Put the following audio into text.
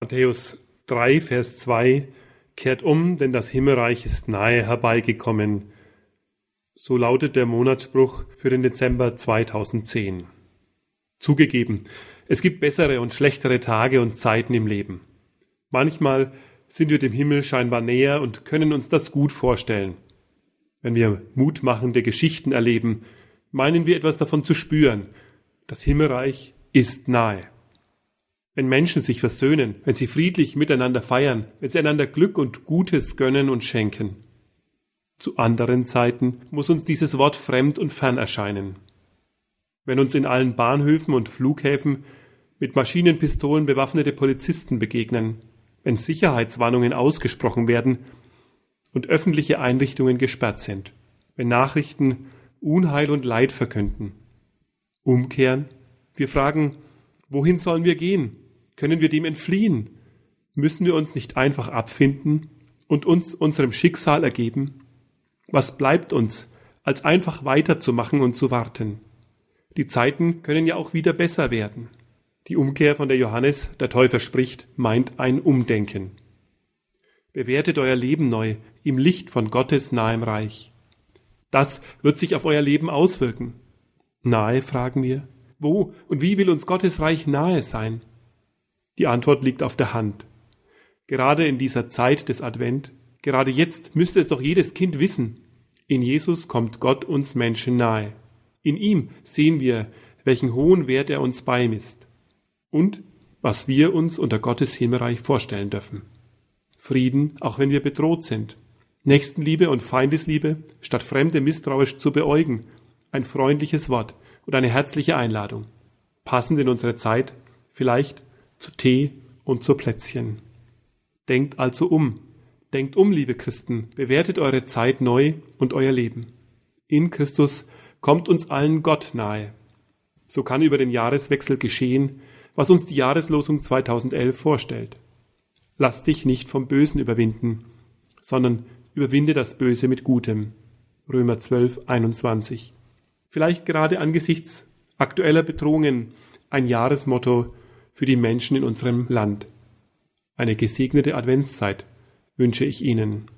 Matthäus 3, Vers 2: Kehrt um, denn das Himmelreich ist nahe herbeigekommen. So lautet der Monatsspruch für den Dezember 2010. Zugegeben, es gibt bessere und schlechtere Tage und Zeiten im Leben. Manchmal sind wir dem Himmel scheinbar näher und können uns das gut vorstellen. Wenn wir mutmachende Geschichten erleben, meinen wir etwas davon zu spüren. Das Himmelreich ist nahe. Wenn Menschen sich versöhnen, wenn sie friedlich miteinander feiern, wenn sie einander Glück und Gutes gönnen und schenken. Zu anderen Zeiten muss uns dieses Wort fremd und fern erscheinen. Wenn uns in allen Bahnhöfen und Flughäfen mit Maschinenpistolen bewaffnete Polizisten begegnen, wenn Sicherheitswarnungen ausgesprochen werden und öffentliche Einrichtungen gesperrt sind, wenn Nachrichten Unheil und Leid verkünden. Umkehren, wir fragen, wohin sollen wir gehen? Können wir dem entfliehen? Müssen wir uns nicht einfach abfinden und uns unserem Schicksal ergeben? Was bleibt uns, als einfach weiterzumachen und zu warten? Die Zeiten können ja auch wieder besser werden. Die Umkehr, von der Johannes, der Täufer, spricht, meint ein Umdenken. Bewertet euer Leben neu im Licht von Gottes nahem Reich. Das wird sich auf euer Leben auswirken. Nahe, fragen wir. Wo und wie will uns Gottes Reich nahe sein? Die Antwort liegt auf der Hand. Gerade in dieser Zeit des Advent, gerade jetzt müsste es doch jedes Kind wissen. In Jesus kommt Gott uns Menschen nahe. In ihm sehen wir, welchen hohen Wert er uns beimisst. Und was wir uns unter Gottes Himmelreich vorstellen dürfen. Frieden, auch wenn wir bedroht sind. Nächstenliebe und Feindesliebe, statt Fremde misstrauisch zu beäugen. Ein freundliches Wort und eine herzliche Einladung. Passend in unsere Zeit, vielleicht zu Tee und zu Plätzchen. Denkt also um. Denkt um, liebe Christen. Bewertet eure Zeit neu und euer Leben. In Christus kommt uns allen Gott nahe. So kann über den Jahreswechsel geschehen, was uns die Jahreslosung 2011 vorstellt. Lass dich nicht vom Bösen überwinden, sondern überwinde das Böse mit Gutem. Römer 12, 21. Vielleicht gerade angesichts aktueller Bedrohungen ein Jahresmotto für die Menschen in unserem Land. Eine gesegnete Adventszeit wünsche ich Ihnen.